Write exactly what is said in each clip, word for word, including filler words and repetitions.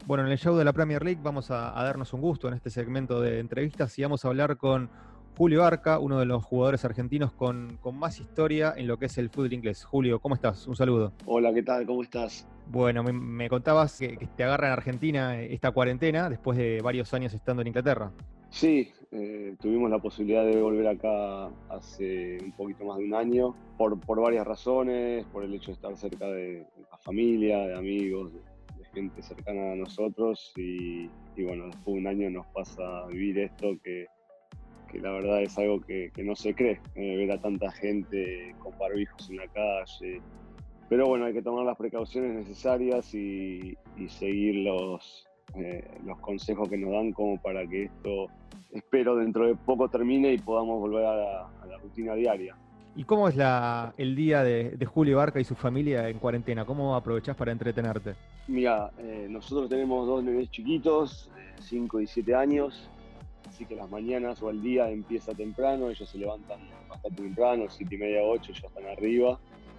Bueno, en el show de la Premier League vamos a, a darnos un gusto en este segmento de entrevistas y vamos a hablar con Julio Arca, uno de los jugadores argentinos con, con más historia en lo que es el fútbol inglés. Julio, ¿cómo estás? Un saludo. Hola, ¿qué tal? ¿Cómo estás? Bueno, me, me contabas que, que te agarra en Argentina esta cuarentena después de varios años estando en Inglaterra. Sí, eh, tuvimos la posibilidad de volver acá hace un poquito más de un año por, por varias razones, por el hecho de estar cerca de la familia, de amigos, de, de gente cercana a nosotros y, y bueno, después de un año nos pasa a vivir esto que, que la verdad es algo que, que no se cree, eh, ver a tanta gente con barbijos en la calle. Pero bueno, hay que tomar las precauciones necesarias y, y seguir los, eh, los consejos que nos dan como para que esto, espero, dentro de poco termine y podamos volver a la, a la rutina diaria. ¿Y cómo es la, el día de, de Julio Arca y su familia en cuarentena? ¿Cómo aprovechás para entretenerte? Mira, eh, nosotros tenemos dos nenes chiquitos, cinco y siete años, así que las mañanas o el día empieza temprano, ellos se levantan bastante temprano, siete y media, ocho, ya están arriba.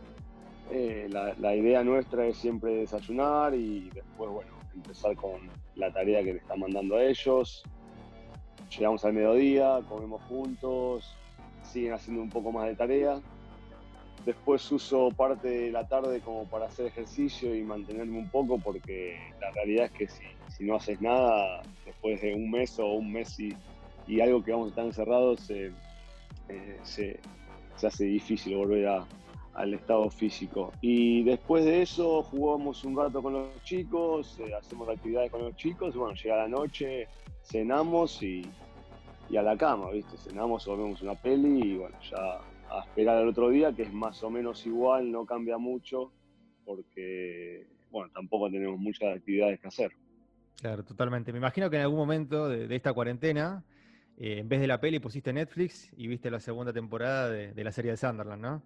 Eh, la, la idea nuestra es siempre desayunar y después, bueno, empezar con la tarea que le están mandando a ellos. Llegamos al mediodía, comemos juntos, siguen haciendo un poco más de tarea. Después uso parte de la tarde como para hacer ejercicio y mantenerme un poco porque la realidad es que si, si no haces nada, después de un mes o un mes y, y algo que vamos a estar encerrados, eh, eh, se, se hace difícil volver a, al estado físico. Y después de eso jugamos un rato con los chicos, eh, hacemos actividades con los chicos, bueno, llega la noche, cenamos y, y a la cama, ¿viste? Cenamos o vemos una peli y bueno, ya a esperar al otro día, que es más o menos igual, no cambia mucho, porque, bueno, tampoco tenemos muchas actividades que hacer. Claro, totalmente. Me imagino que en algún momento de, de esta cuarentena, eh, en vez de la peli pusiste Netflix y viste la segunda temporada de, de la serie de Sunderland, ¿no?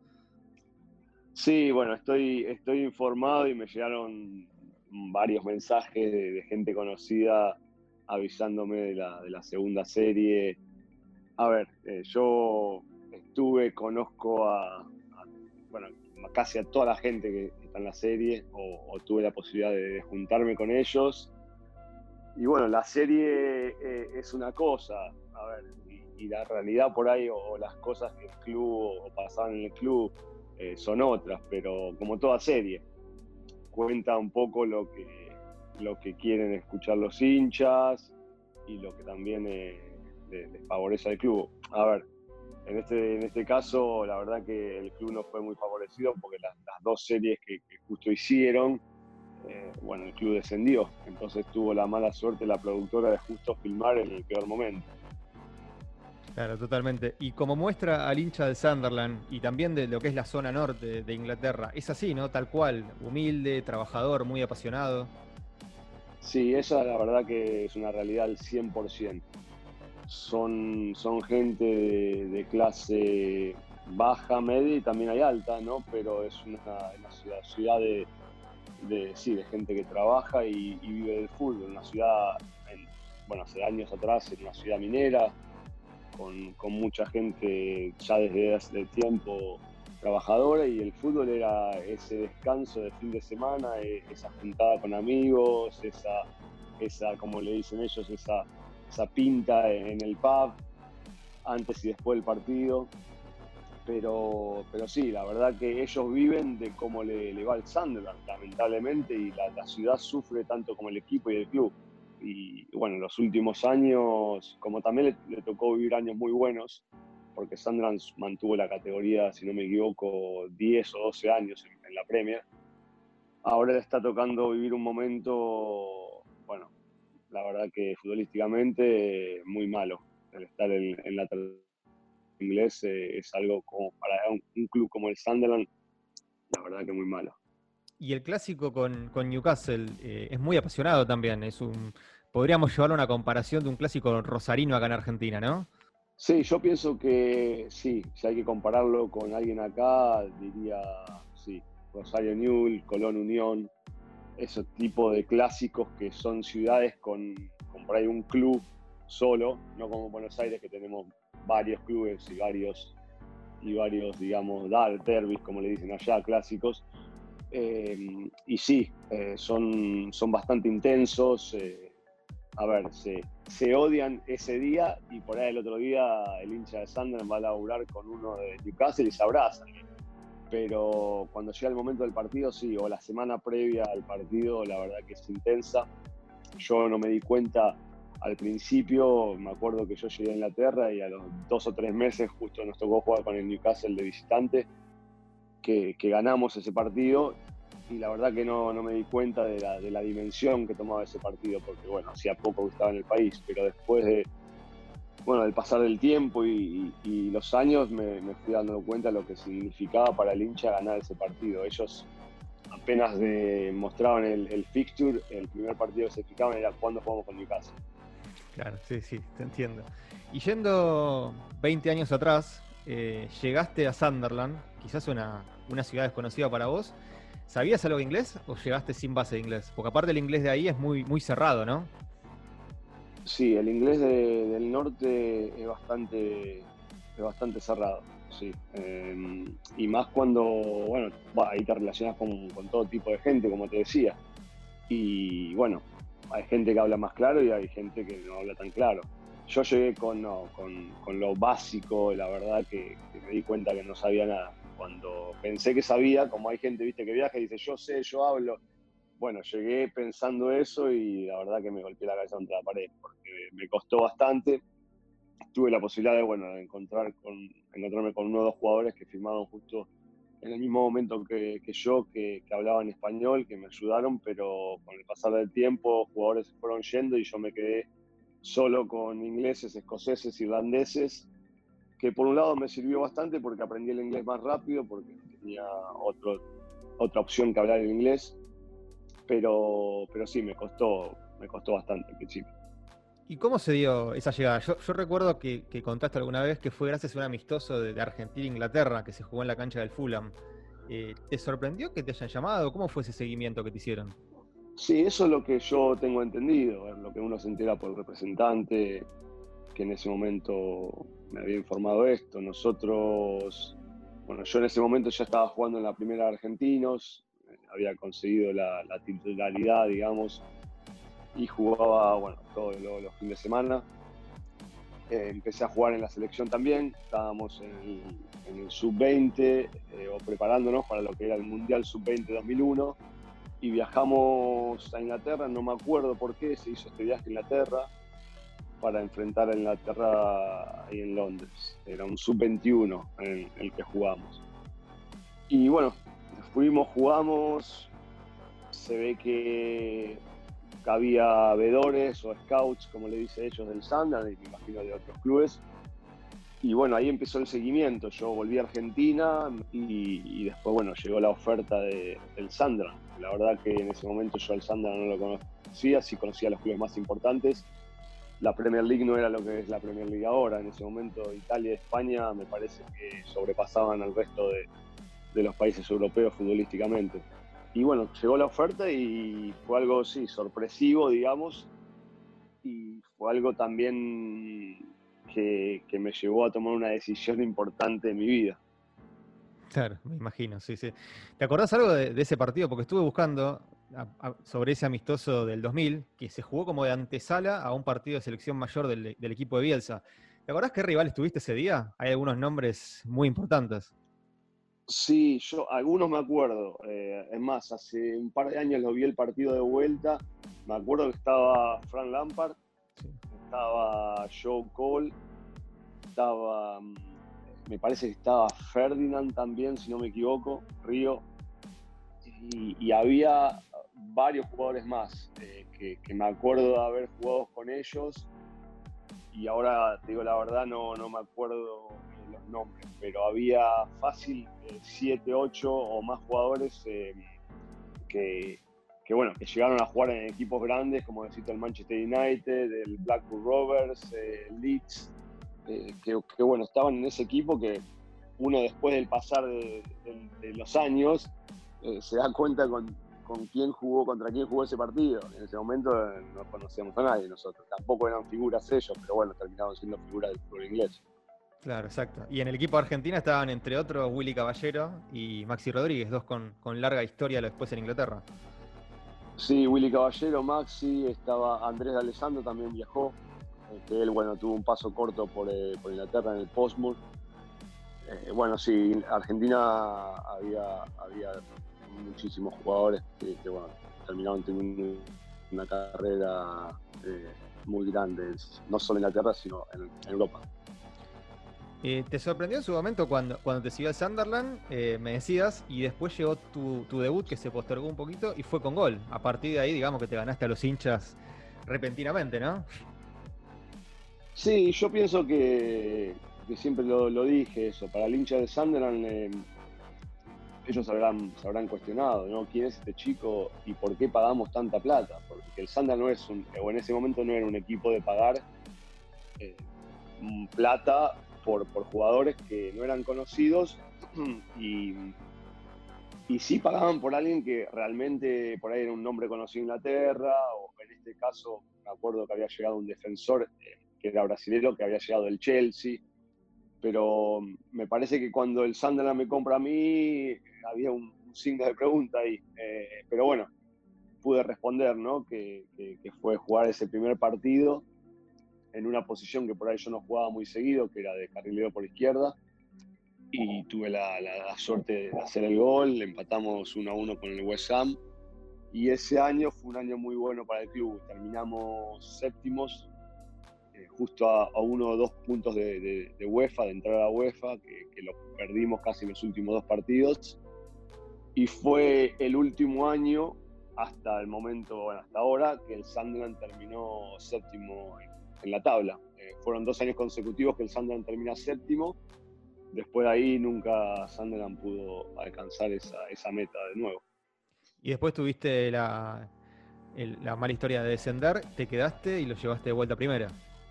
Sí, bueno, estoy, estoy informado y me llegaron varios mensajes de, de gente conocida avisándome de la, de la segunda serie. A ver, eh, yo estuve, conozco a, a, bueno, casi a toda la gente que está en la serie, o, o tuve la posibilidad de, de juntarme con ellos. Y bueno, la serie eh, es una cosa, a ver, y, y la realidad por ahí, o, o las cosas que el club o, o pasaban en el club, eh, son otras, pero como toda serie, cuenta un poco lo que, lo que quieren escuchar los hinchas y lo que también eh, les, les favorece al club. A ver, en este, en este caso, la verdad que el club no fue muy favorecido porque las, las dos series que, que justo hicieron, eh, bueno, el club descendió, entonces tuvo la mala suerte la productora de justo filmar en el peor momento. Claro, totalmente. Y como muestra al hincha de Sunderland y también de lo que es la zona norte de Inglaterra, es así, ¿no? Tal cual, humilde, trabajador, muy apasionado. Sí, esa la verdad que es una realidad al cien por ciento. Son, son gente de, de clase baja, media y también hay alta, ¿no? Pero es una, una ciudad, ciudad de, de, sí, de gente que trabaja y, y vive del fútbol. Una ciudad, en, bueno, hace años atrás, era una ciudad minera, con, con mucha gente ya desde hace tiempo trabajadora, y el fútbol era ese descanso de fin de semana, esa juntada con amigos, esa, esa como le dicen ellos, esa, esa pinta en el pub antes y después del partido. Pero, pero sí, la verdad que ellos viven de cómo le, le va al Sunderland, lamentablemente, y la, la ciudad sufre tanto como el equipo y el club. Y bueno, en los últimos años, como también le, le tocó vivir años muy buenos, porque Sunderland mantuvo la categoría, si no me equivoco, diez o doce años en, en la Premier. Ahora le está tocando vivir un momento, bueno, la verdad que futbolísticamente muy malo. El estar en, en la inglés eh, es algo como para un, un club como el Sunderland, la verdad que muy malo. Y el clásico con, con Newcastle eh, es muy apasionado también. Es un, podríamos llevarlo a una comparación de un clásico rosarino acá en Argentina, ¿no? Sí, yo pienso que sí, si hay que compararlo con alguien acá, diría sí, Rosario Newell, Colón Unión, ese tipo de clásicos que son ciudades con, con por ahí un club solo, no como Buenos Aires que tenemos varios clubes y varios, y varios digamos, derbis, como le dicen allá, clásicos. Eh, y sí, eh, son, son bastante intensos. Eh, a ver, se, se odian ese día y por ahí el otro día el hincha de Sunderland va a laburar con uno de Newcastle y se abrazan. Pero cuando llega el momento del partido, sí, o la semana previa al partido, la verdad que es intensa. Yo no me di cuenta al principio, me acuerdo que yo llegué a Inglaterra y a los dos o tres meses justo nos tocó jugar con el Newcastle de visitante, que, que ganamos ese partido y la verdad que no, no me di cuenta de la, de la dimensión que tomaba ese partido, porque bueno, hacía poco que estaba en el país, pero después de, bueno, del pasar del tiempo y, y, y los años me, me fui dando cuenta de lo que significaba para el hincha ganar ese partido. Ellos apenas de, mostraban el, el fixture, el primer partido que se fijaban era cuándo jugamos con Newcastle. Claro, sí, sí, te entiendo. Y yendo veinte años atrás, eh, llegaste a Sunderland, quizás una, una ciudad desconocida para vos. ¿Sabías algo de inglés o llegaste sin base de inglés? Porque aparte el inglés de ahí es muy, muy cerrado, ¿no? Sí, el inglés de, del norte es bastante, es bastante cerrado, sí. Eh, y más cuando, bueno, bah, ahí te relacionas con, con todo tipo de gente, como te decía. Y bueno, hay gente que habla más claro y hay gente que no habla tan claro. Yo llegué con, no, con, con lo básico, la verdad que, que me di cuenta que no sabía nada. Cuando pensé que sabía, como hay gente, viste, que viaja y dice, yo sé, yo hablo. Bueno, llegué pensando eso y la verdad que me golpeé la cabeza contra la pared, porque me costó bastante. Tuve la posibilidad de, bueno, de encontrar con, encontrarme con uno o dos jugadores que firmaron justo en el mismo momento que, que yo, que, que hablaban español, que me ayudaron, pero con el pasar del tiempo, jugadores se fueron yendo y yo me quedé solo con ingleses, escoceses, irlandeses, que por un lado me sirvió bastante porque aprendí el inglés más rápido, porque tenía otro, otra opción que hablar el inglés, pero, pero sí, me costó, me costó bastante al principio. ¿Y cómo se dio esa llegada? Yo, yo recuerdo que, que contaste alguna vez que fue gracias a un amistoso de, de Argentina e Inglaterra que se jugó en la cancha del Fulham. Eh, ¿te sorprendió que te hayan llamado? ¿Cómo fue ese seguimiento que te hicieron? Sí, eso es lo que yo tengo entendido, es lo que uno se entera por el representante que en ese momento me había informado esto. Nosotros, bueno, yo en ese momento ya estaba jugando en la primera de Argentinos, eh, había conseguido la, la titularidad, digamos, y jugaba, bueno, todos los, los fines de semana. Eh, empecé a jugar en la selección también, estábamos en el, en el sub veinte eh, o preparándonos para lo que era el Mundial sub veinte dos mil uno y viajamos a Inglaterra, no me acuerdo por qué se hizo este viaje a Inglaterra para enfrentar a Inglaterra ahí en Londres. Era un sub veintiuno en el que jugamos. Y bueno, fuimos, jugamos, se ve que había vedores o scouts, como le dice ellos, del Sunderland y me imagino de otros clubes. Y bueno, ahí empezó el seguimiento. Yo volví a Argentina y, y después, bueno, llegó la oferta de, del Sunderland. La verdad que en ese momento yo al Sunderland no lo conocía, sí conocía a los clubes más importantes. La Premier League no era lo que es la Premier League ahora. En ese momento Italia y España me parece que sobrepasaban al resto de, de los países europeos futbolísticamente. Y bueno, llegó la oferta y fue algo, sí, sorpresivo, digamos, y fue algo también que, que me llevó a tomar una decisión importante en mi vida. Claro, me imagino, sí, sí. ¿Te acordás algo de, de ese partido? Porque estuve buscando a, a, sobre ese amistoso del dos mil, que se jugó como de antesala a un partido de selección mayor del, del equipo de Bielsa. ¿Te acordás qué rival estuviste ese día? Hay algunos nombres muy importantes. Sí, yo algunos me acuerdo. Eh, es más, hace un par de años lo vi el partido de vuelta. Me acuerdo que estaba Frank Lampard, Sí. estaba Joe Cole, estaba, me parece que estaba Ferdinand también, si no me equivoco, Río. Y, y había varios jugadores más eh, que, que me acuerdo de haber jugado con ellos. Y ahora, te digo la verdad, no, no me acuerdo los nombres, pero había fácil siete, ocho o más jugadores eh, que, que, bueno, que llegaron a jugar en equipos grandes, como decirte el Manchester United, el Blackburn Rovers, eh, Leeds, eh, que, que, bueno, estaban en ese equipo que uno después del pasar de, de, de los años eh, se da cuenta con, con quién jugó, contra quién jugó ese partido. En ese momento eh, no conocíamos a nadie nosotros, tampoco eran figuras ellos, pero bueno, terminaron siendo figuras del fútbol inglés. Claro, exacto. Y en el equipo de Argentina estaban, entre otros, Willy Caballero y Maxi Rodríguez, dos con, con larga historia después en Inglaterra. Sí, Willy Caballero, Maxi, estaba Andrés de Alessandro, también viajó. Este, él, bueno, tuvo un paso corto por, eh, por Inglaterra en el Portsmouth. Eh, bueno, sí, Argentina había, había muchísimos jugadores que, que bueno, terminaron teniendo una carrera eh, muy grande, no solo en Inglaterra, sino en, en Europa. Eh, ¿Te sorprendió en su momento cuando, cuando te siguió el Sunderland? Eh, me decías, y después llegó tu, tu debut que se postergó un poquito y fue con gol. A partir de ahí, digamos que te ganaste a los hinchas repentinamente, ¿no? Sí, yo pienso que, que siempre lo, lo, dije eso, para el hincha de Sunderland eh, ellos habrán, se habrán cuestionado, ¿no? ¿Quién es este chico y por qué pagamos tanta plata? Porque el Sunderland no es un, o en ese momento no era un equipo de pagar eh, plata por, por jugadores que no eran conocidos y, y sí pagaban por alguien que realmente por ahí era un nombre conocido en Inglaterra, o en este caso me acuerdo que había llegado un defensor eh, que era brasilero, que había llegado del Chelsea, pero me parece que cuando el Sunderland me compra a mí había un, un signo de pregunta ahí, eh, pero bueno, pude responder, ¿no? Que, que, que fue jugar ese primer partido en una posición que por ahí yo no jugaba muy seguido, que era de carrilero por izquierda, y tuve la, la, la suerte de hacer el gol, empatamos uno a uno con el West Ham, y ese año fue un año muy bueno para el club, terminamos séptimos, eh, justo a, a uno o dos puntos de, de, de UEFA, de entrar a UEFA, que, que lo perdimos casi en los últimos dos partidos, y fue el último año, hasta el momento, bueno, hasta ahora, que el Sunderland terminó séptimo en, en la tabla. Eh, fueron dos años consecutivos que el Sunderland termina séptimo. Después de ahí nunca Sunderland pudo alcanzar esa, esa meta de nuevo. Y después tuviste la, el, la mala historia de descender, te quedaste y lo llevaste de vuelta a primera.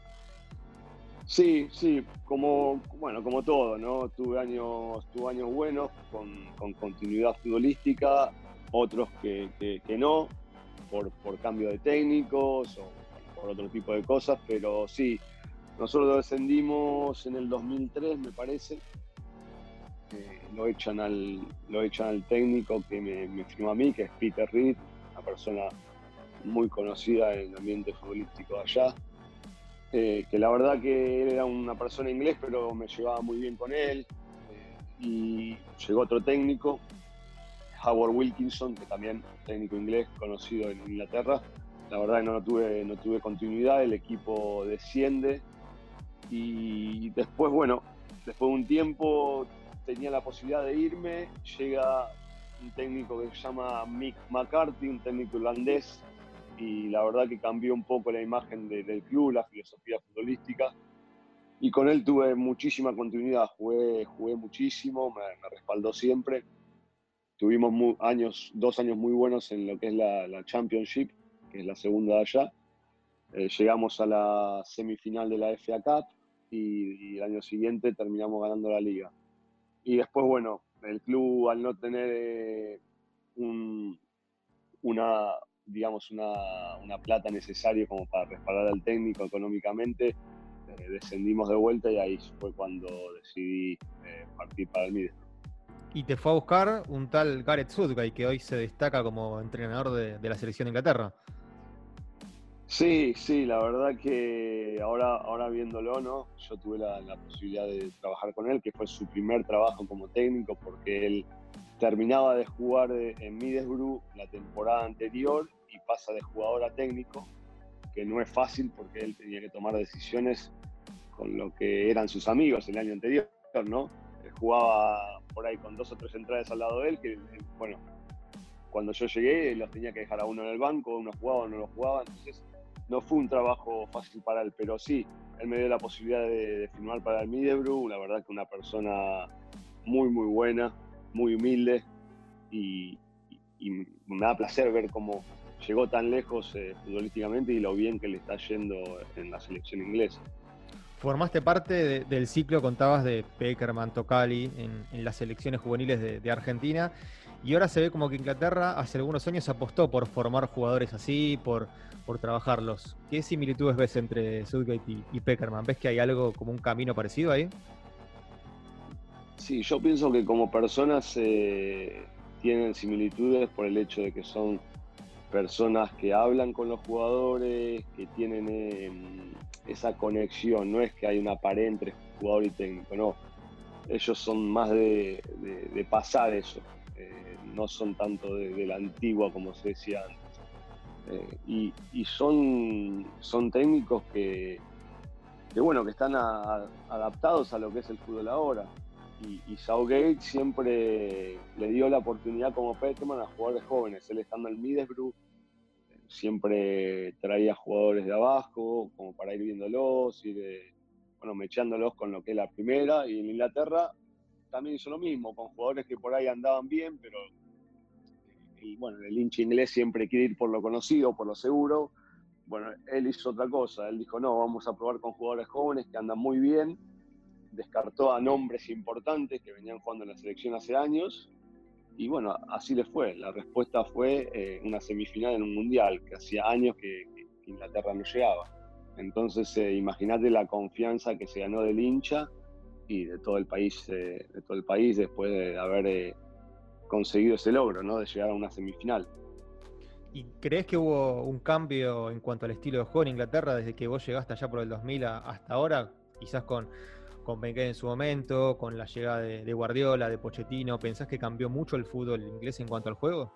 Sí, sí, como, bueno, como todo, ¿no? Tuve años, tuve años buenos con, con continuidad futbolística, otros que, que, que no, por, por cambio de técnicos o por otro tipo de cosas, pero sí, nosotros descendimos en el dos mil tres, me parece. Eh, lo, echan al, lo echan al técnico que me, me firmó a mí, que es Peter Reid, una persona muy conocida en el ambiente futbolístico de allá. Eh, que la verdad que él era una persona inglés, pero me llevaba muy bien con él. Eh, y llegó otro técnico, Howard Wilkinson, que también técnico inglés conocido en Inglaterra. La verdad que no, no, tuve, no tuve continuidad, el equipo desciende. Y después, bueno, después de un tiempo tenía la posibilidad de irme. Llega un técnico que se llama Mick McCarthy, un técnico irlandés, y la verdad que cambió un poco la imagen de, del club, la filosofía futbolística, y con él tuve muchísima continuidad, jugué, jugué muchísimo, me, me respaldó siempre. Tuvimos muy, años, dos años muy buenos en lo que es la, la Championship, que es la segunda de allá. Eh, llegamos a la semifinal de la F A Cup y, y el año siguiente terminamos ganando la liga. Y después, bueno, el club, al no tener eh, un, una, digamos, una, una plata necesaria como para respaldar al técnico económicamente, eh, descendimos de vuelta y ahí fue cuando decidí eh, partir para el Middlesbrough. Y te fue a buscar un tal Gareth Southgate, que hoy se destaca como entrenador de, de la selección de Inglaterra. Sí, sí, la verdad que ahora, ahora viéndolo, ¿no? Yo tuve la, la posibilidad de trabajar con él, que fue su primer trabajo como técnico, porque él terminaba de jugar en Middlesbrough la temporada anterior y pasa de jugador a técnico, que no es fácil porque él tenía que tomar decisiones con lo que eran sus amigos el año anterior, ¿no? Él jugaba por ahí con dos o tres entradas al lado de él, que, bueno, cuando yo llegué los tenía que dejar a uno en el banco, uno jugaba, uno no jugaba, entonces no fue un trabajo fácil para él, pero sí, él me dio la posibilidad de, de firmar para el Middlesbrough, la verdad que una persona muy, muy buena, muy humilde, y, y, y me da placer ver cómo llegó tan lejos eh, futbolísticamente y lo bien que le está yendo en la selección inglesa. Formaste parte de, del ciclo, contabas, de Pekerman, Tocali en, en las selecciones juveniles de, de Argentina, y ahora se ve como que Inglaterra hace algunos años apostó por formar jugadores así, por, por trabajarlos. ¿Qué similitudes ves entre Southgate y, y Pekerman? ¿Ves que hay algo como un camino parecido ahí? Sí, yo pienso que como personas eh, tienen similitudes por el hecho de que son personas que hablan con los jugadores, que tienen eh, esa conexión. No es que hay una pared entre jugador y técnico, no. Ellos son más de, de, de pasar eso. Eh, no son tanto de, de la antigua como se decía antes. Eh, y y son, son técnicos que, que, bueno, que están a, adaptados a lo que es el fútbol ahora. Y, y Southgate siempre le dio la oportunidad como Peterman a jugadores jóvenes. Él estando en Middlesbrough siempre traía jugadores de abajo como para ir viéndolos, ir eh, bueno, mechándolos con lo que es la primera. Y en Inglaterra también hizo lo mismo, con jugadores que por ahí andaban bien, pero y, bueno, el hincha inglés siempre quiere ir por lo conocido, por lo seguro. Bueno, él hizo otra cosa. Él dijo, no, vamos a probar con jugadores jóvenes que andan muy bien. Descartó a nombres importantes que venían jugando en la selección hace años. Y bueno, así le fue. La respuesta fue eh, una semifinal en un mundial, que hacía años que, que Inglaterra no llegaba. Entonces, eh, imagínate la confianza que se ganó del hincha y de todo el país, eh, de todo el país después de haber eh, conseguido ese logro, ¿no? De llegar a una semifinal. ¿Y crees que hubo un cambio en cuanto al estilo de juego en Inglaterra desde que vos llegaste allá por el dos mil a, hasta ahora? Quizás con, con Wenger en su momento, con la llegada de, de Guardiola, de Pochettino. ¿Pensás que cambió mucho el fútbol inglés en cuanto al juego?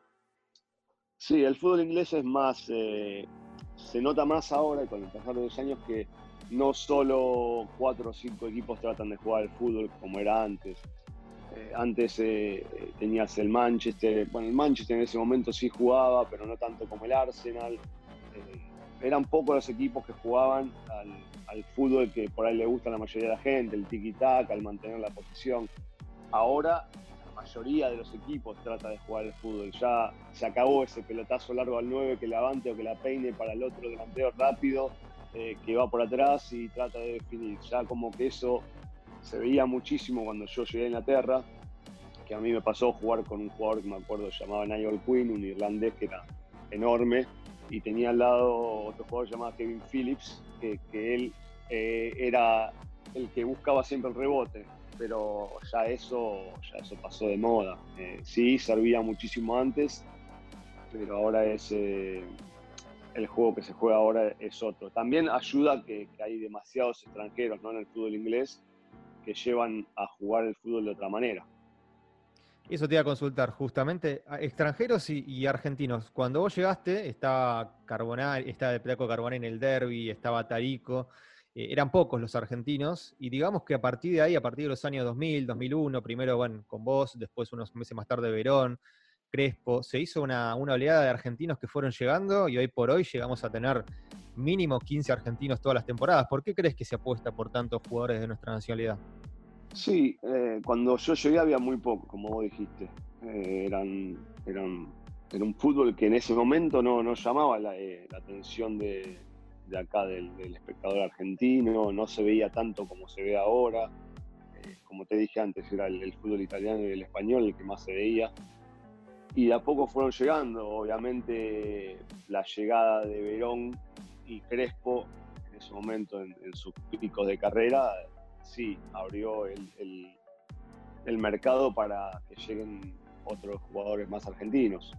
Sí, el fútbol inglés es más, eh, se nota más ahora con el pasar de los años que no solo cuatro o cinco equipos tratan de jugar al fútbol como era antes. Eh, antes eh, tenías el Manchester, bueno, el Manchester en ese momento sí jugaba, pero no tanto como el Arsenal. Eh, eran pocos los equipos que jugaban al, al fútbol que por ahí le gusta a la mayoría de la gente, el tiki-taka, el mantener la posición. Ahora la mayoría de los equipos trata de jugar el fútbol. Ya se acabó ese pelotazo largo al nueve que levante o que la peine para el otro delantero rápido eh, que va por atrás y trata de definir. Ya como que eso se veía muchísimo cuando yo llegué a Inglaterra, que a mí me pasó jugar con un jugador que me acuerdo llamaba Nigel Quinn, un irlandés que era enorme, y tenía al lado otro jugador llamado Kevin Phillips, que, que él eh, era el que buscaba siempre el rebote, pero ya eso, ya eso pasó de moda. Eh, sí, servía muchísimo antes, pero ahora es eh, el juego que se juega ahora es otro. También ayuda que, que hay demasiados extranjeros, ¿no?, en el fútbol inglés que llevan a jugar el fútbol de otra manera. Eso te iba a consultar, justamente, a extranjeros y, y argentinos. Cuando vos llegaste, estaba Carbonari, estaba el Flaco Carbonari en el derbi, estaba Tarico, eh, eran pocos los argentinos, y digamos que a partir de ahí, a partir de los años dos mil, dos mil uno, primero, bueno, con vos, después unos meses más tarde Verón, Crespo, se hizo una, una oleada de argentinos que fueron llegando, y hoy por hoy llegamos a tener mínimo quince argentinos todas las temporadas. ¿Por qué crees que se apuesta por tantos jugadores de nuestra nacionalidad? Sí, eh, cuando yo llegué había muy poco, como vos dijiste. Eh, eran, eran, era un fútbol que en ese momento no, no llamaba la, eh, la atención de, de acá del, del espectador argentino, no se veía tanto como se ve ahora. Eh, como te dije antes, era el, el fútbol italiano y el español el que más se veía. Y de a poco fueron llegando, obviamente la llegada de Verón y Crespo en ese momento en, en sus picos de carrera, sí, abrió el, el, el mercado para que lleguen otros jugadores más argentinos.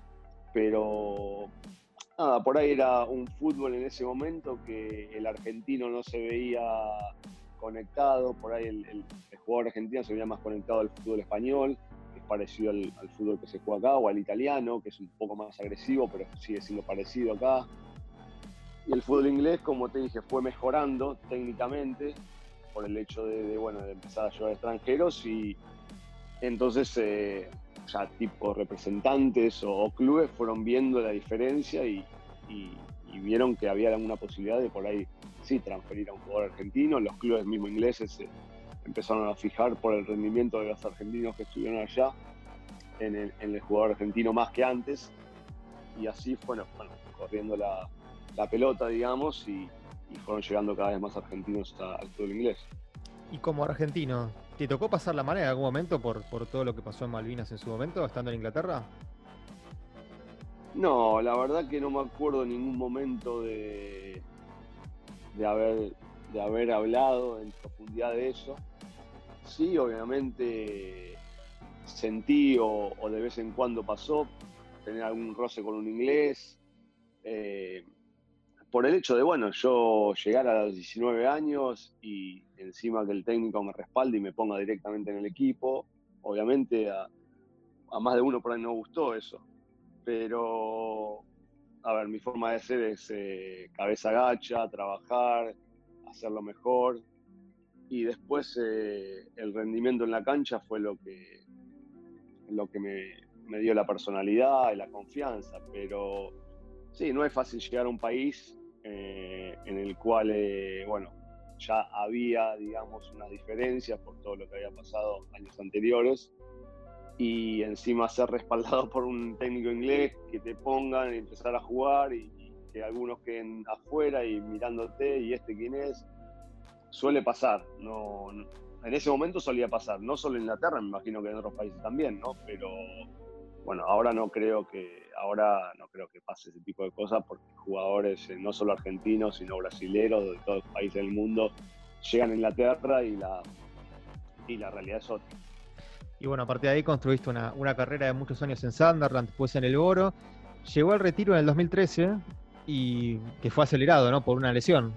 Pero nada, por ahí era un fútbol en ese momento que el argentino no se veía conectado, por ahí el, el, el jugador argentino se veía más conectado al fútbol español, que es parecido al, al fútbol que se juega acá, o al italiano, que es un poco más agresivo, pero sigue siendo parecido acá. Y el fútbol inglés, como te dije, fue mejorando técnicamente por el hecho de, de, bueno, de empezar a llevar extranjeros, y entonces eh, ya tipo representantes o, o clubes fueron viendo la diferencia y, y, y vieron que había alguna posibilidad de por ahí sí transferir a un jugador argentino. Los clubes mismos ingleses se empezaron a fijar por el rendimiento de los argentinos que estuvieron allá en el, en el jugador argentino más que antes, y así fueron, bueno, corriendo la, la pelota, digamos, y, y fueron llegando cada vez más argentinos a, al fútbol inglés. Y como argentino, ¿te tocó pasar la mano en algún momento por, por todo lo que pasó en Malvinas en su momento, estando en Inglaterra? No, la verdad que no me acuerdo en ningún momento de, de, haber, de haber hablado en profundidad de eso. sí, obviamente sentí o, o de vez en cuando pasó tener algún roce con un inglés, eh, por el hecho de, bueno, yo llegar a los diecinueve años y encima que el técnico me respalde y me ponga directamente en el equipo, obviamente a, a más de uno por ahí no gustó eso, pero, a ver, mi forma de ser es eh, cabeza gacha, trabajar, hacerlo mejor, y después eh, el rendimiento en la cancha fue lo que, lo que me, me dio la personalidad y la confianza, pero sí, no es fácil llegar a un país eh, en el cual, eh, bueno, ya había, digamos, unas diferencias por todo lo que había pasado años anteriores, y encima ser respaldado por un técnico inglés que te pongan y empezar a jugar y, y que algunos queden afuera y mirándote y este quién es, suele pasar. No, no, en ese momento solía pasar, no solo en Inglaterra, me imagino que en otros países también, ¿no? Pero bueno, ahora no creo que ahora no creo que pase ese tipo de cosas porque jugadores eh, no solo argentinos, sino brasileros de todos los países del mundo llegan a Inglaterra y la, y la realidad es otra. Y bueno, a partir de ahí construiste una, una carrera de muchos años en Sunderland, después en el Boro. Llegó al retiro en el dos mil trece y que fue acelerado, ¿no? Por una lesión.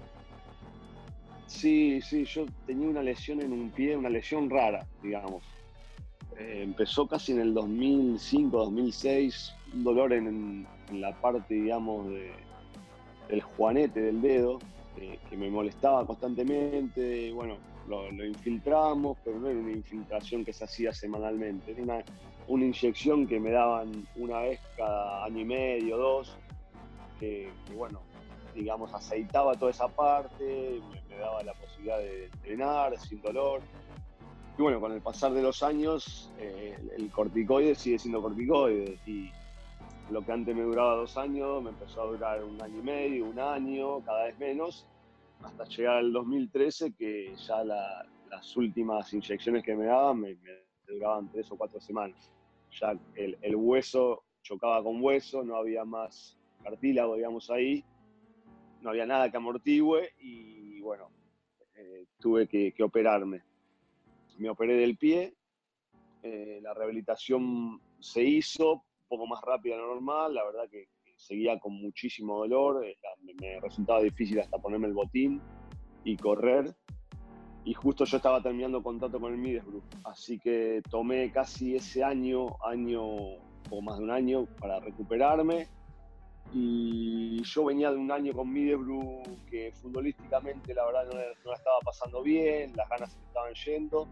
Sí, sí, yo tenía una lesión en un pie, una lesión rara, digamos. Eh, empezó casi en el dos mil cinco, dos mil seis, un dolor en, en la parte, digamos, de, del juanete del dedo, eh, que me molestaba constantemente. Bueno, lo, lo infiltramos, pero no era una infiltración que se hacía semanalmente, era una, una inyección que me daban una vez cada año y medio, dos, que, que bueno, digamos, aceitaba toda esa parte, me, me daba la posibilidad de entrenar sin dolor. Y bueno, con el pasar de los años, eh, el, el corticoide sigue siendo corticoide, y lo que antes me duraba dos años, me empezó a durar un año y medio, un año, cada vez menos, hasta llegar al dos mil trece, que ya la, las últimas inyecciones que me daban me, me duraban tres o cuatro semanas. Ya el, el hueso chocaba con hueso, no había más cartílago, digamos, ahí, no había nada que amortigüe, y bueno, eh, tuve que, que operarme. Me operé del pie, eh, la rehabilitación se hizo un poco más rápida de lo normal, la verdad que, que seguía con muchísimo dolor, eh, me, me resultaba difícil hasta ponerme el botín y correr, y justo yo estaba terminando contrato con el Middlesbrough, así que tomé casi ese año, año o más de un año para recuperarme, y yo venía de un año con Middlesbrough que futbolísticamente la verdad no, no la estaba pasando bien, las ganas se me estaban yendo.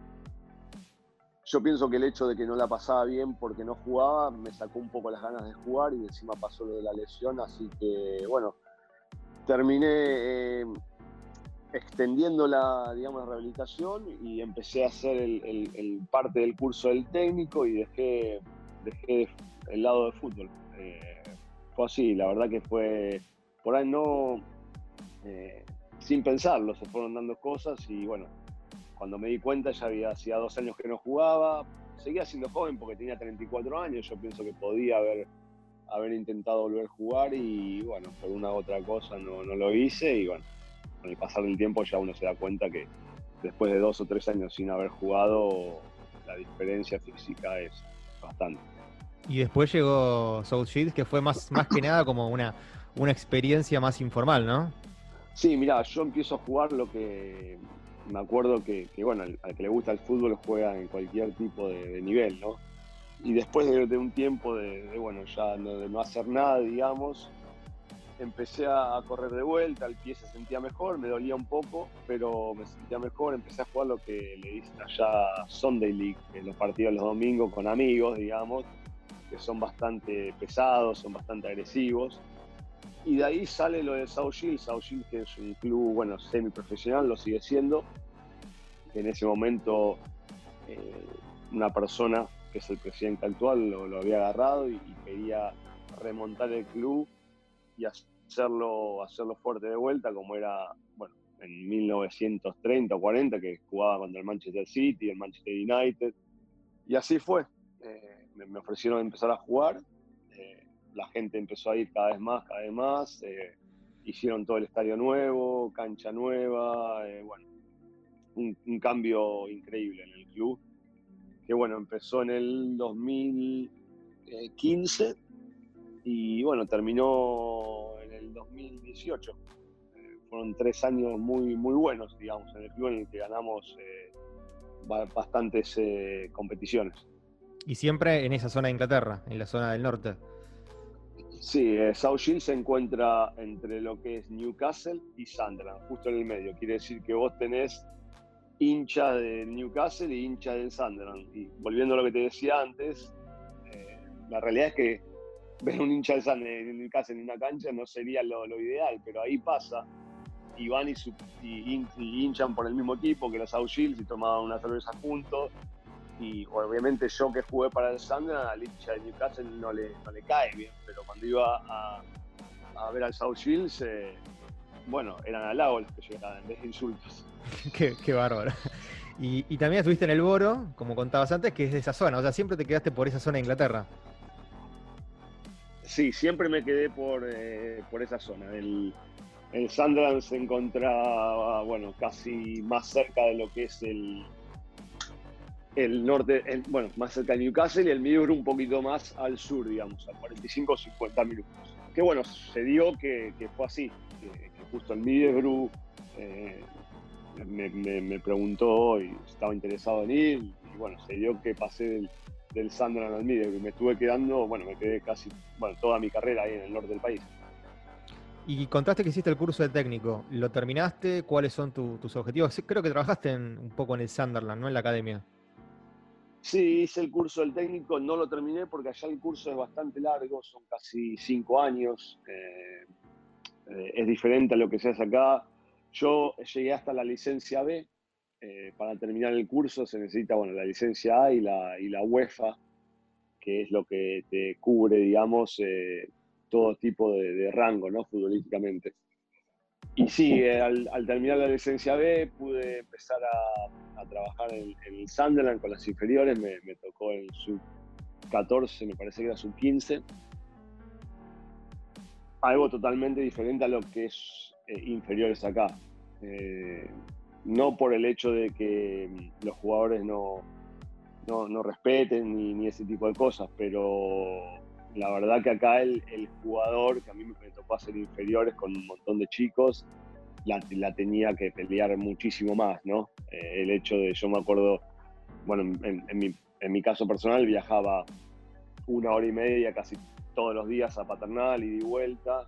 Yo pienso que el hecho de que no la pasaba bien porque no jugaba me sacó un poco las ganas de jugar, y encima pasó lo de la lesión, así que bueno, terminé eh, extendiendo la, digamos, la rehabilitación, y empecé a hacer el, el, el parte del curso del técnico, y dejé, dejé el lado de fútbol. Eh, fue así, la verdad que fue, por ahí no, eh, sin pensarlo, se fueron dando cosas, y bueno, cuando me di cuenta ya había hacía dos años que no jugaba. Seguía siendo joven porque tenía treinta y cuatro años, yo pienso que podía haber, haber intentado volver a jugar, y bueno, por una u otra cosa no, no lo hice, y bueno, con el pasar del tiempo ya uno se da cuenta que después de dos o tres años sin haber jugado, la diferencia física es bastante. Y después llegó South Shields, que fue más, más que nada como una, una experiencia más informal, ¿no? Sí, mirá, yo empiezo a jugar lo que me acuerdo que, que bueno, al, al que le gusta el fútbol juega en cualquier tipo de, de nivel, ¿no? Y después de, de un tiempo de, de bueno, ya no, de no hacer nada, digamos, empecé a, a correr de vuelta, el pie se sentía mejor, me dolía un poco, pero me sentía mejor, empecé a jugar lo que le dicen allá Sunday League, que es los partidos los domingos con amigos, digamos, que son bastante pesados, son bastante agresivos. Y de ahí sale lo de South Shields, South Shields, que es un club, bueno, semiprofesional, lo sigue siendo, que en ese momento eh, una persona, que es el presidente actual, lo, lo había agarrado, y, y quería remontar el club y hacerlo, hacerlo fuerte de vuelta, como era, bueno, en mil novecientos treinta o cuarenta, que jugaba contra el Manchester City, el Manchester United, y así fue. Eh, me, me ofrecieron empezar a jugar, eh, la gente empezó a ir cada vez más, cada vez más, eh, hicieron todo el estadio nuevo, cancha nueva, eh, bueno, un, un cambio increíble en el club, que bueno, empezó en el dos mil quince y bueno, terminó en el dos mil dieciocho. Eh, fueron tres años muy, muy buenos, digamos, en el club en el que ganamos eh, bastantes eh, competiciones. Y siempre en esa zona de Inglaterra, en la zona del norte. Sí, eh, South Shield se encuentra entre lo que es Newcastle y Sunderland, justo en el medio. Quiere decir que vos tenés hinchas de Newcastle y hinchas del Sunderland. Y volviendo a lo que te decía antes, eh, la realidad es que ver un hincha del Sunderland en Newcastle en una cancha no sería lo, lo ideal, pero ahí pasa. Y van y, su, y, y hinchan por el mismo equipo que los South Shields y tomaban una cerveza juntos. Y obviamente yo que jugué para el Sunderland, al hincha de Newcastle no le, no le cae bien, pero cuando iba a, a ver al South Shields, eh, bueno, eran halagos los que llegaban en vez de insultos. qué, qué bárbaro. Y, y también estuviste en el Boro, como contabas antes, que es de esa zona, o sea, siempre te quedaste por esa zona de Inglaterra. Sí, siempre me quedé por, eh, por esa zona. El, el Sunderland se encontraba, bueno, casi más cerca de lo que es el, el norte, el, bueno, más cerca de Newcastle, y el Middlesbrough un poquito más al sur, digamos, a cuarenta y cinco o cincuenta minutos. Que bueno, se dio que, que fue así, que, que justo el Middlesbrough eh, me, me, me preguntó y estaba interesado en ir, y bueno, se dio que pasé del, del Sunderland al Middlesbrough, y me estuve quedando, bueno, me quedé casi, bueno, toda mi carrera ahí en el norte del país. Y contaste que hiciste el curso de técnico. ¿Lo terminaste? ¿Cuáles son tu, tus objetivos? Creo que trabajaste en, un poco en el Sunderland, ¿no? En la academia. Sí, hice el curso del técnico, no lo terminé porque allá el curso es bastante largo, son casi cinco años, eh, eh, es diferente a lo que se hace acá. Yo llegué hasta la licencia B, eh, para terminar el curso se necesita, bueno, la licencia A y la, y la UEFA, que es lo que te cubre, digamos, eh, todo tipo de, de rango, ¿no? Futbolísticamente. Y sí, eh, al, al, terminar la licencia B pude empezar a, a trabajar en, en el Sunderland con las inferiores, me, me tocó el sub catorce, me parece que era sub quince. Algo totalmente diferente a lo que es eh, inferiores acá. Eh, no por el hecho de que los jugadores no, no, no respeten ni, ni ese tipo de cosas, pero la verdad que acá el, el jugador, que a mí me tocó hacer inferiores con un montón de chicos, La, la tenía que pelear muchísimo más, ¿no? Eh, el hecho de, yo me acuerdo, bueno, en, en, mi, en mi caso personal viajaba una hora y media casi todos los días a Paternal, ida y vuelta,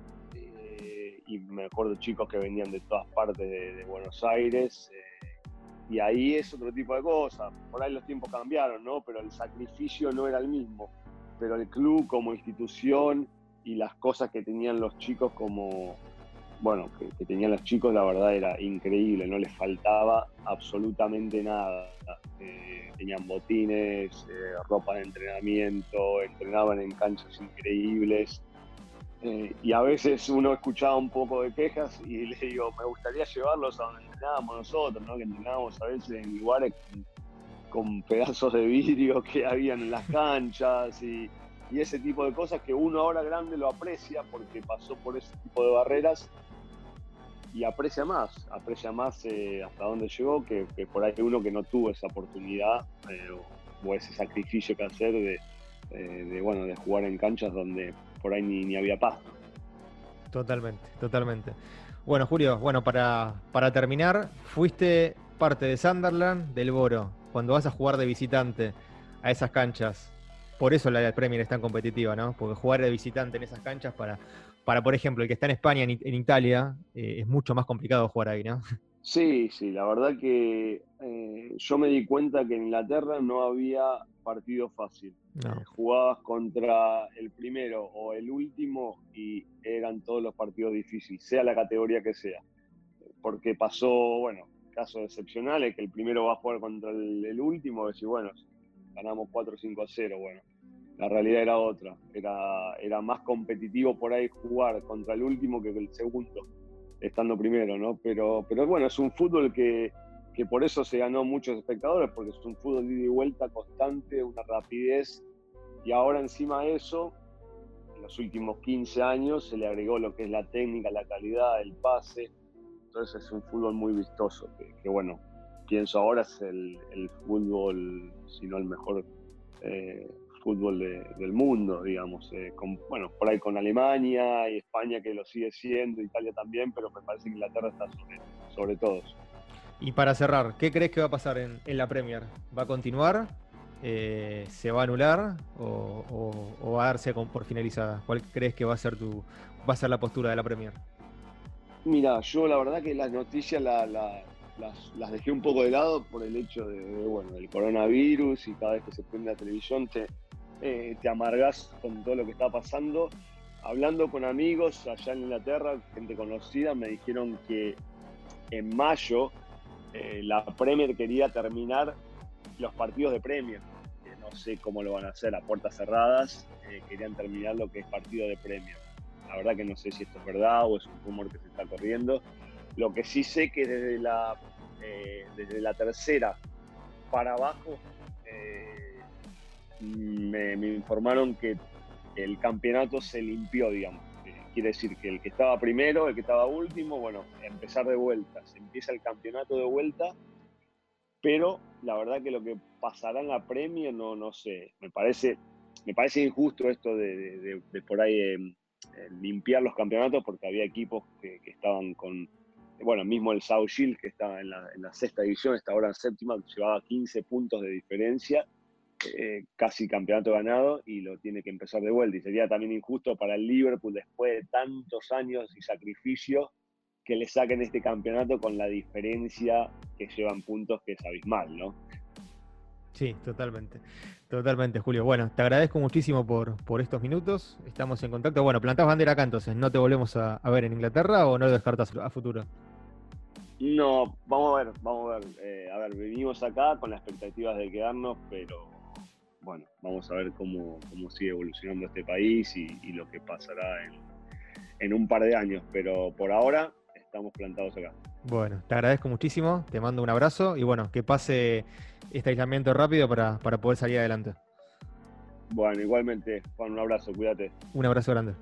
eh, y me acuerdo chicos que venían de todas partes de, de Buenos Aires, eh, y ahí es otro tipo de cosas. Por ahí los tiempos cambiaron, ¿no? Pero el sacrificio no era el mismo. Pero el club como institución y las cosas que tenían los chicos como, bueno, que, que tenían los chicos, la verdad era increíble, no les faltaba absolutamente nada. Eh, tenían botines, eh, ropa de entrenamiento, entrenaban en canchas increíbles. Eh, y a veces uno escuchaba un poco de quejas y le digo, me gustaría llevarlos a donde entrenábamos nosotros, ¿no? Que entrenábamos a veces en lugares con, con pedazos de vidrio que habían en las canchas y, y ese tipo de cosas que uno ahora grande lo aprecia porque pasó por ese tipo de barreras y aprecia más, aprecia más eh, hasta dónde llegó que, que por ahí uno que no tuvo esa oportunidad eh, o, o ese sacrificio que hacer de, eh, de, bueno, de jugar en canchas donde por ahí ni, ni había pasto. Totalmente, totalmente. Bueno, Julio, bueno, para, para terminar, fuiste parte de Sunderland, del Boro, cuando vas a jugar de visitante a esas canchas. Por eso la Premier es tan competitiva, ¿no? Porque jugar de visitante en esas canchas para, para por ejemplo, el que está en España, en, en Italia, eh, es mucho más complicado jugar ahí, ¿no? Sí, sí, la verdad que eh, yo me di cuenta que en Inglaterra no había partido fácil. Eh, No. jugabas contra el primero o el último y eran todos los partidos difíciles, sea la categoría que sea. Porque pasó, bueno, casos excepcionales, que el primero va a jugar contra el, el último y decir, bueno, ganamos cuatro cinco a cero, bueno. La realidad era otra, era, era más competitivo por ahí jugar contra el último que el segundo, estando primero, ¿no? Pero, pero bueno, es un fútbol que, que por eso se ganó muchos espectadores, porque es un fútbol de ida y vuelta constante, una rapidez, y ahora encima de eso, en los últimos quince años, se le agregó lo que es la técnica, la calidad, el pase, entonces es un fútbol muy vistoso, que, que bueno, pienso ahora, es el, el fútbol, si no el mejor eh, fútbol de, del mundo, digamos. Eh, con, bueno, por ahí con Alemania y España, que lo sigue siendo, Italia también, pero me parece que Inglaterra está sobre, sobre todos. Y para cerrar, ¿qué crees que va a pasar en, en la Premier? ¿Va a continuar? Eh, ¿Se va a anular? ¿O, o- o va a darse con- por finalizada? ¿Cuál crees que va a ser tu, va a ser la postura de la Premier? Mira, yo la verdad que las noticias la, la, las, las dejé un poco de lado por el hecho de, de, bueno, del coronavirus, y cada vez que se prende la televisión te, eh, te amargás con todo lo que está pasando. Hablando con amigos allá en Inglaterra, gente conocida, me dijeron que en mayo eh, la Premier quería terminar los partidos de Premier. Que no sé cómo lo van a hacer a puertas cerradas. Eh, querían terminar lo que es partido de Premier. La verdad que no sé si esto es verdad o es un rumor que se está corriendo. Lo que sí sé que desde la, eh, desde la tercera para abajo eh, me, me informaron que el campeonato se limpió, digamos. Eh, quiere decir que el que estaba primero, el que estaba último, bueno, empezar de vuelta. Se empieza el campeonato de vuelta, pero la verdad que lo que pasará en la Premier no, no sé. Me parece, me parece injusto esto de, de, de, de por ahí eh, eh, limpiar los campeonatos, porque había equipos que, que estaban con, bueno, mismo el South Shield, que estaba en la, en la sexta división, está ahora en séptima, llevaba quince puntos de diferencia, eh, casi campeonato ganado, y lo tiene que empezar de vuelta. Y sería también injusto para el Liverpool, después de tantos años y sacrificios, que le saquen este campeonato con la diferencia que llevan puntos, que es abismal, ¿no? Sí, totalmente. Totalmente, Julio. Bueno, te agradezco muchísimo por, por estos minutos. Estamos en contacto. Bueno, plantás bandera acá entonces. ¿No te volvemos a, a ver en Inglaterra o no lo descartas a futuro? No, vamos a ver, vamos a ver. Eh, a ver, venimos acá con las expectativas de quedarnos, pero bueno, vamos a ver cómo, cómo sigue evolucionando este país y, y lo que pasará en, en un par de años. Pero por ahora estamos plantados acá. Bueno, te agradezco muchísimo. Te mando un abrazo y bueno, que pase este aislamiento rápido para, para poder salir adelante. Bueno, igualmente, Juan, un abrazo, cuídate. Un abrazo grande.